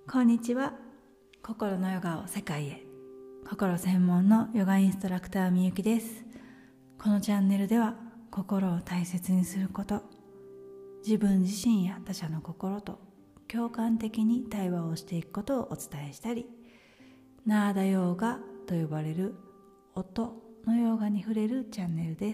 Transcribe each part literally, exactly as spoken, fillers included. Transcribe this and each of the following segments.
こんにちは。心のヨガを世界へ、心専門のヨガインストラクターみゆきです。このチャンネルでは心を大切にすること、自分自身や他者の心と共感的に対話をしていくことをお伝えしたり、ナーダヨーガと呼ばれる音のヨガに触れるチャンネルです。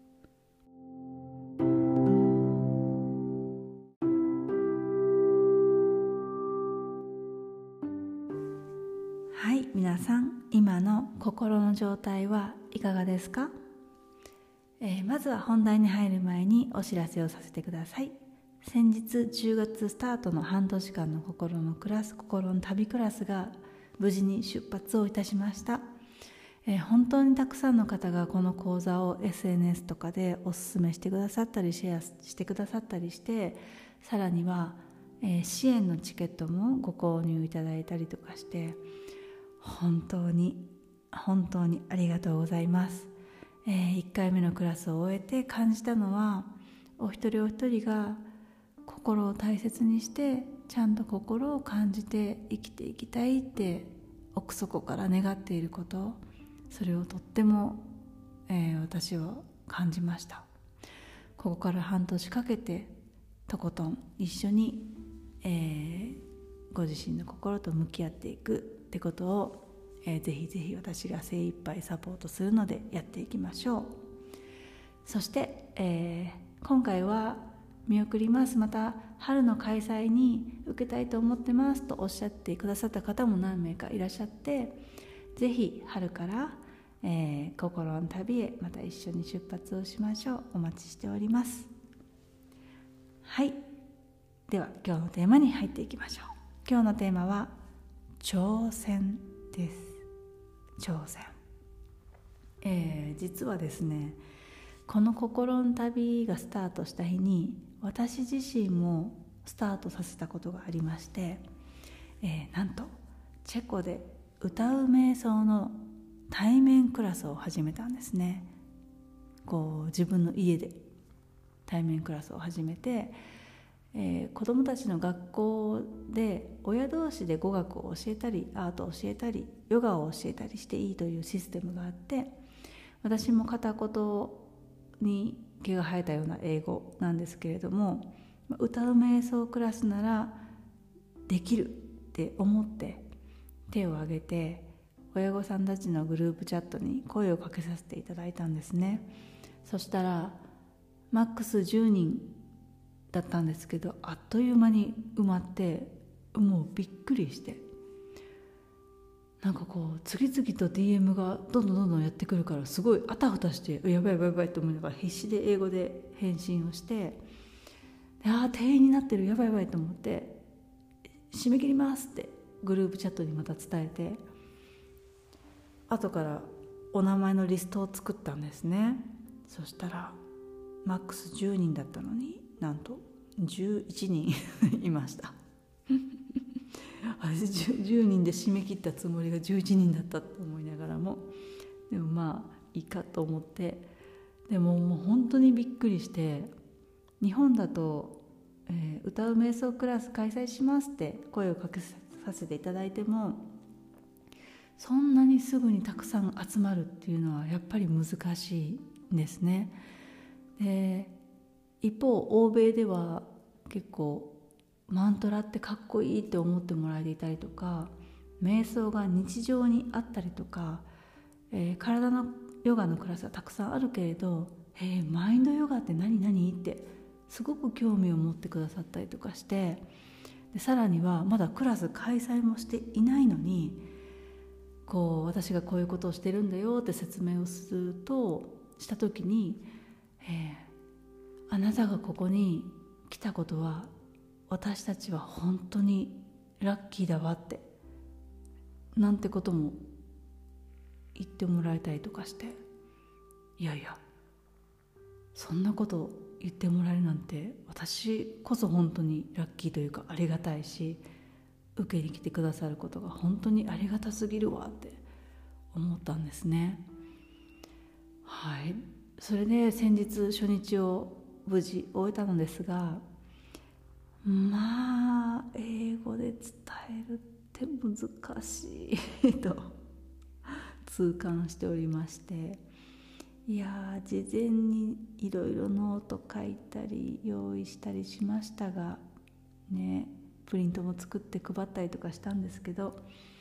はい、皆さん、今の心の状態はいかがですか？えー、まずは本題に入る前にお知らせをさせてください。先日じゅうがつスタートの半年間の心のクラス、心の旅クラスが無事に出発をいたしました。えー、本当にたくさんの方がこの講座を エスエヌエス とかでおすすめしてくださったり、シェアしてくださったりして、さらには、えー、支援のチケットもご購入いただいたりとかして、本当に本当にありがとうございます。えー、いっかいめのクラスを終えて感じたのは、お一人お一人が心を大切にしてちゃんと心を感じて生きていきたいって奥底から願っていること、それをとっても、えー、私は感じました。ここから半年かけてとことん一緒に、えー、ご自身の心と向き合っていくってことを、えー、ぜひぜひ私が精一杯サポートするのでやっていきましょう。そして、えー、今回は見送ります。また春の開催に受けたいと思ってますとおっしゃってくださった方も何名かいらっしゃって、ぜひ春から、えー、心の旅へまた一緒に出発をしましょう。お待ちしております。はい、では今日のテーマに入っていきましょう。今日のテーマは挑戦です。挑戦、えー、実はですね、この心の旅がスタートした日に私自身もスタートさせたことがありまして、えー、なんとチェコで歌う瞑想の対面クラスを始めたんですね。こう自分の家で対面クラスを始めて、えー、子どもたちの学校で親同士で語学を教えたり、アートを教えたり、ヨガを教えたりしていいというシステムがあって、私も片言に毛が生えたような英語なんですけれども、歌う瞑想クラスならできるって思って手を挙げて、親御さんたちのグループチャットに声をかけさせていただいたんですね。そしたらマックスじゅうにんだったんですけど、あっという間に埋まって、もうびっくりして、なんかこう次々と ディーエム がどんどんどんどんやってくるから、すごいあたふたして、やばいやばいやばいと思いながら必死で英語で返信をして、ああ定員になってる、やばいやばいと思って、締め切りますってグループチャットにまた伝えて、後からお名前のリストを作ったんですね。そしたらマックスじゅうにんだったのに、なんとじゅういちにんいましたあれ 10, じゅうにんで締め切ったつもりがじゅういちにんだったと思いながらも、でもまあいいかと思って、でももう本当にびっくりして、日本だと、えー、歌う瞑想クラス開催しますって声をかけさせていただいても、そんなにすぐにたくさん集まるっていうのはやっぱり難しいんですね。で一方欧米では結構マントラってかっこいいって思ってもらえていたりとか、瞑想が日常にあったりとか、えー、体のヨガのクラスはたくさんあるけれど、えー、マインドヨガって何何ってすごく興味を持ってくださったりとかして、でさらにはまだクラス開催もしていないのに、こう私がこういうことをしてるんだよって説明をするとした時に、えー、あなたがここに来たことは私たちは本当にラッキーだわってなんてことも言ってもらえたりとかして、いやいやそんなこと言ってもらえるなんて、私こそ本当にラッキーというかありがたいし、受けに来てくださることが本当にありがたすぎるわって思ったんですね。はい、それで先日初日を無事終えたのですが、 まあ英語で伝えるって難しいと痛感しておりまして、いや事前にいろいろノート書いたり用意したりしましたがね、プリントも作って配ったりとかしたんですけど、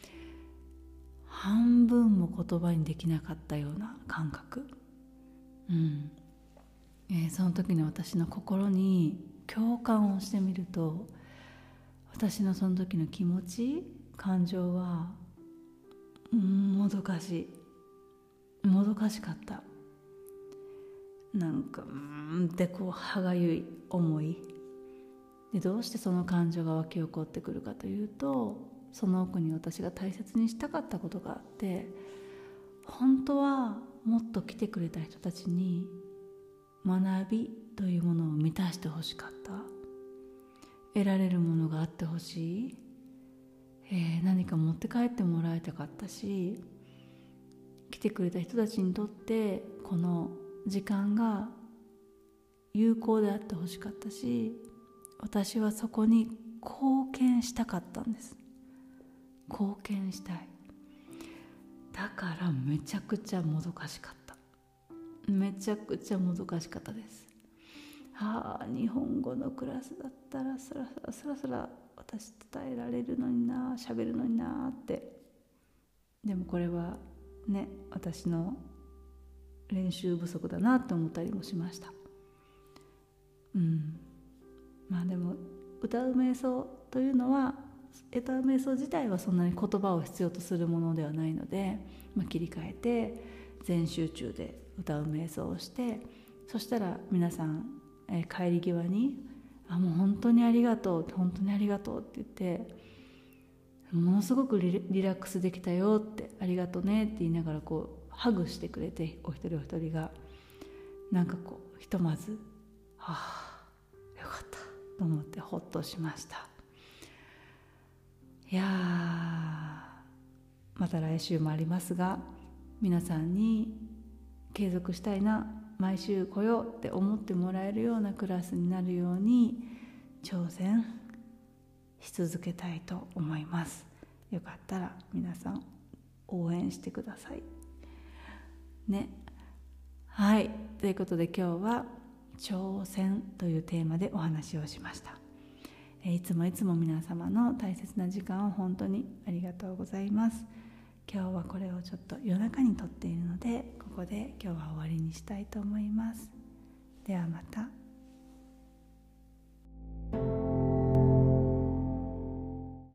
半分も言葉にできなかったような感覚、うんえー、その時の私の心に共感をしてみると、私のその時の気持ち感情はうんもどかしいもどかしかった。なんかうーんってこう歯がゆい思いで、どうしてその感情が湧き起こってくるかというと、その奥に私が大切にしたかったことがあって、本当はもっと来てくれた人たちに学びというものを満たしてほしかった、得られるものがあってほしい、えー、何か持って帰ってもらいたかったし、来てくれた人たちにとってこの時間が有効であってほしかったし、私はそこに貢献したかったんです。貢献したい。だからめちゃくちゃもどかしかった。めちゃくちゃもどかしかったです。はあ、日本語のクラスだったらスラスラスラスラ私伝えられるのにな、喋るのになって。でもこれはね、私の練習不足だなって思ったりもしました。うんまあでも歌う瞑想というのは、歌う瞑想自体はそんなに言葉を必要とするものではないので、まあ、切り替えて全集中で歌う瞑想をして、そしたら皆さん、えー、帰り際にあもう本当にありがとう本当にありがとうって言って、ものすごく リ, リラックスできたよって、ありがとねって言いながらこうハグしてくれて、お一人お一人がなんかこうひとまずはあよかったと思ってほっとしました。いやまた来週もありますが、皆さんに継続したいな、毎週来ようって思ってもらえるようなクラスになるように挑戦し続けたいと思います。よかったら皆さん応援してくださいね。はい、ということで今日は挑戦というテーマでお話をしました。いつもいつも皆様の大切な時間を本当にありがとうございます。今日はこれをちょっと夜中に撮っているので、ここで今日は終わりにしたいと思います。ではまた。